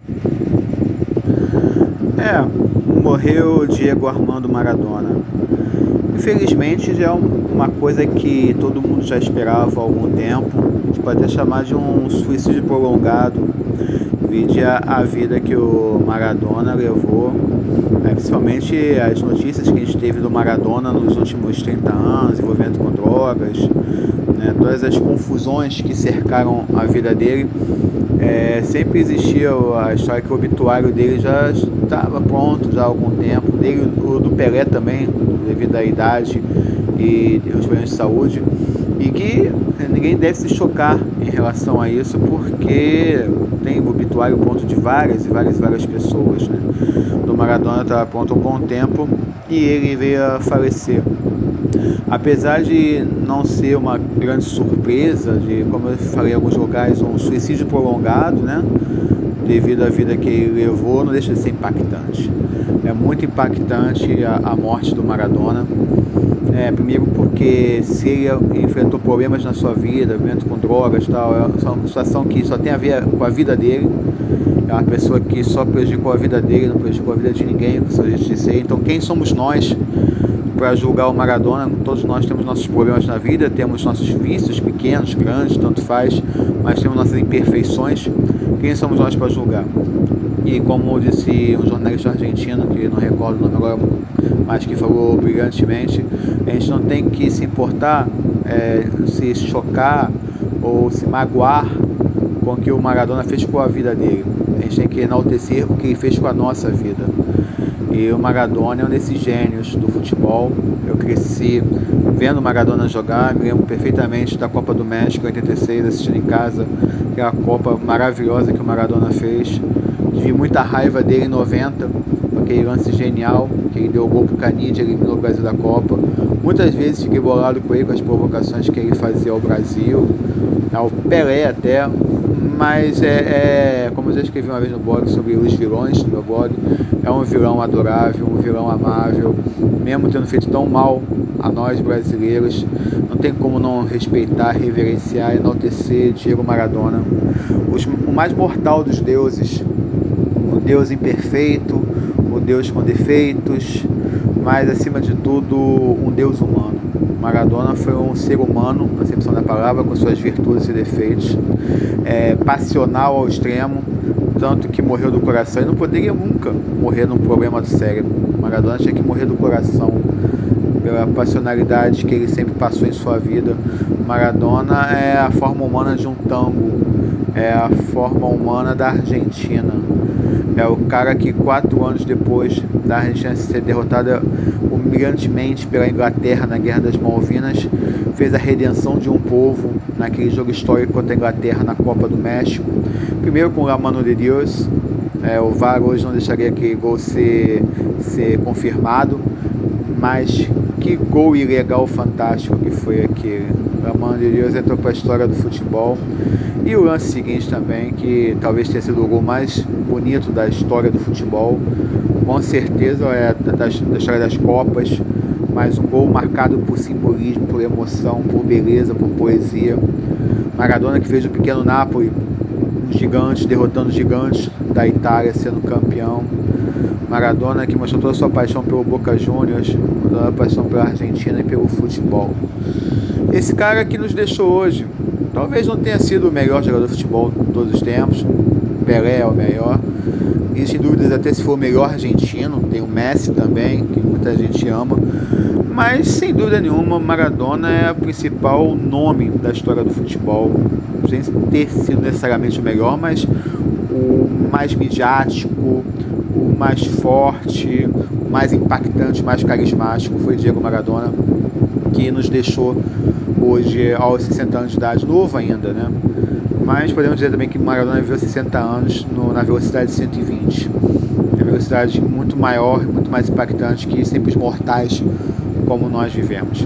Morreu Diego Armando Maradona. Infelizmente já é uma coisa que todo mundo já esperava há algum tempo. A gente pode até chamar de um suicídio prolongado, vide a vida que o Maradona levou, principalmente as notícias que a gente teve do Maradona nos últimos 30 anos, envolvimento com drogas, né, todas as confusões que cercaram a vida dele. Sempre existia a história que o obituário dele já estava pronto já há algum tempo, dele, o do Pelé também, devido à idade e os problemas de saúde, e que ninguém deve se chocar em relação a isso, porque tem o obituário pronto de várias pessoas, né? Do Maradona estava pronto há um bom tempo e ele veio a falecer. Apesar de não ser uma grande surpresa, de, como eu falei em alguns locais, um suicídio prolongado, né? Devido à vida que ele levou, não deixa de ser impactante. É muito impactante a morte do Maradona. Primeiro porque se ele enfrentou problemas na sua vida, problemas com drogas e tal, é uma situação que só tem a ver com a vida dele. É uma pessoa que só prejudicou a vida dele, não prejudicou a vida de ninguém, com sua justiça. Então quem somos nós para julgar o Maradona? Todos nós temos nossos problemas na vida, temos nossos vícios, pequenos, grandes, tanto faz, mas temos nossas imperfeições. Quem somos nós para julgar? E como disse um jornalista argentino, que não recordo o nome agora, mas que falou brilhantemente, a gente não tem que se importar, se chocar ou se magoar com o que o Maradona fez com a vida dele. A gente tem que enaltecer o que ele fez com a nossa vida. E o Maradona é um desses gênios do futebol. Eu cresci vendo o Maradona jogar, me lembro perfeitamente da Copa do México em 86, assistindo em casa, que é a Copa maravilhosa que o Maradona fez. Tive muita raiva dele em 90, com aquele lance genial, que ele deu o gol pro Canidia, eliminou o Brasil da Copa. Muitas vezes fiquei bolado com ele, com as provocações que ele fazia ao Brasil, ao Pelé até, mas como eu já escrevi uma vez no blog sobre os vilões do meu blog, é um vilão adorável, um vilão amável, mesmo tendo feito tão mal a nós brasileiros, não tem como não respeitar, reverenciar, enaltecer Diego Maradona, o mais mortal dos deuses, o Deus imperfeito, o Deus com defeitos, mas acima de tudo um Deus humano. Maradona foi um ser humano, na acepção da palavra, com suas virtudes e defeitos, passional ao extremo, tanto que morreu do coração e não poderia nunca morrer num problema do cérebro. Maradona tinha que morrer do coração, pela passionalidade que ele sempre passou em sua vida. Maradona é a forma humana de um tango, é a forma humana da Argentina. É o cara que 4 anos depois da Argentina ser derrotada humilhantemente pela Inglaterra na Guerra das Malvinas, fez a redenção de um povo naquele jogo histórico contra a Inglaterra na Copa do México. Primeiro com La Mano de Dios, o VAR hoje não deixaria aquele gol ser confirmado, mas que gol ilegal fantástico que foi aquele. La Mano de Dios entrou para a história do futebol. E o lance seguinte também, que talvez tenha sido o gol mais bonito da história do futebol, com certeza da história das Copas, mas um gol marcado por simbolismo, por emoção, por beleza, por poesia. Maradona que fez o pequeno Napoli, um gigante, derrotando os gigantes da Itália, sendo campeão. Maradona que mostrou toda a sua paixão pelo Boca Juniors, toda a paixão pela Argentina e pelo futebol. Esse cara que nos deixou hoje, talvez não tenha sido o melhor jogador de futebol de todos os tempos, Pelé é o melhor, existem dúvidas até se for o melhor argentino, tem o Messi também, que muita gente ama, mas sem dúvida nenhuma Maradona é o principal nome da história do futebol, sem ter sido necessariamente o melhor, mas o mais midiático, o mais forte, o mais impactante, o mais carismático foi Diego Maradona, que nos deixou hoje aos 60 anos de idade, novo ainda, né? Mas podemos dizer também que Maradona viveu 60 anos na velocidade de 120. É uma velocidade muito maior, muito mais impactante que simples mortais como nós vivemos.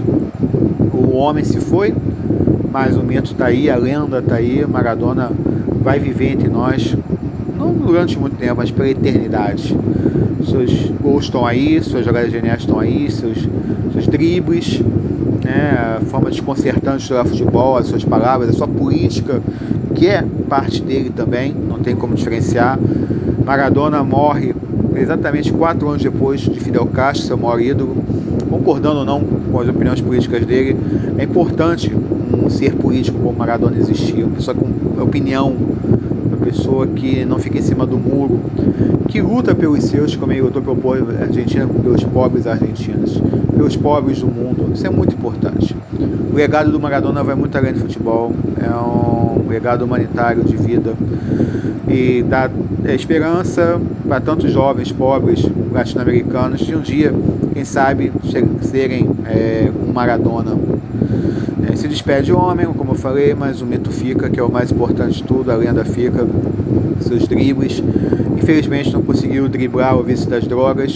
O homem se foi, mas o mito está aí, a lenda está aí, Maradona vai viver entre nós, não durante muito tempo, mas pela eternidade. Seus gols estão aí, suas jogadas geniais estão aí, seus dribles, né, a forma desconcertante de jogar futebol, as suas palavras, a sua política, que é parte dele também, não tem como diferenciar. Maradona morre exatamente 4 anos depois de Fidel Castro, seu maior ídolo. Concordando ou não com as opiniões políticas dele, é importante um ser político como Maradona existir, uma pessoa com opinião, uma pessoa que não fica em cima do muro, que luta pelos seus, como ele lutou pelo povo argentino, pelos pobres argentinos, pelos pobres do mundo. Isso é muito importante. O legado do Maradona vai muito além do futebol, é um legado humanitário de vida e dá esperança para tantos jovens pobres latino-americanos de um dia, quem sabe, serem um Maradona. Se despede o homem, como eu falei, mas o mito fica, que é o mais importante de tudo, a lenda fica, seus dribles. Infelizmente não conseguiu driblar o vício das drogas,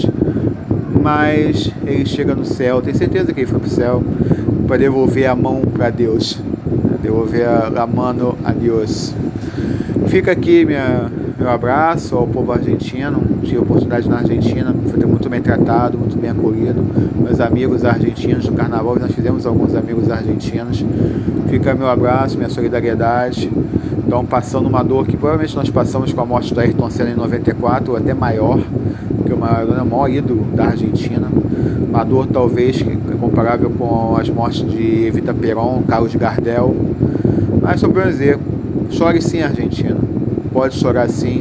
mas ele chega no céu, tenho certeza que ele foi pro céu, para devolver a mão para Deus, devolver a mano a Deus. Fica aqui meu abraço ao povo argentino. Tive oportunidade na Argentina, fui muito bem tratado, muito bem acolhido. Meus amigos argentinos do carnaval, nós fizemos alguns amigos argentinos. Fica meu abraço, minha solidariedade. Estão passando uma dor que provavelmente nós passamos com a morte do Ayrton Senna em 94, ou até maior, porque o Maradona é o maior ídolo da Argentina. Uma dor talvez comparável com as mortes de Evita Peron, Carlos Gardel. Mas só para dizer, chore sim, Argentina. Pode chorar sim,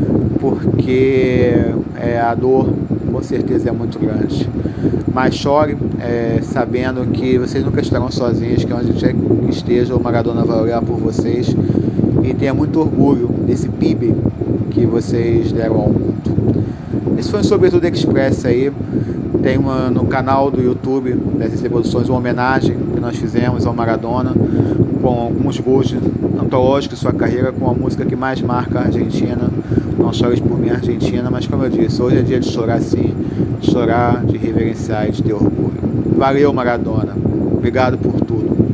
porque a dor com certeza é muito grande. Mas chore sabendo que vocês nunca estarão sozinhos, que onde quer que esteja, o Maradona vai olhar por vocês e tenha muito orgulho desse PIB que vocês deram ao mundo. Esse foi um Sobretudo Express aí. Tem no canal do YouTube dessas reproduções uma homenagem que nós fizemos ao Maradona, com alguns gols antológicos de sua carreira, com a música que mais marca a Argentina, Não Chores por Mim, Argentina. Mas como eu disse, hoje é dia de chorar sim, de chorar, de reverenciar e de ter orgulho. Valeu, Maradona, obrigado por tudo.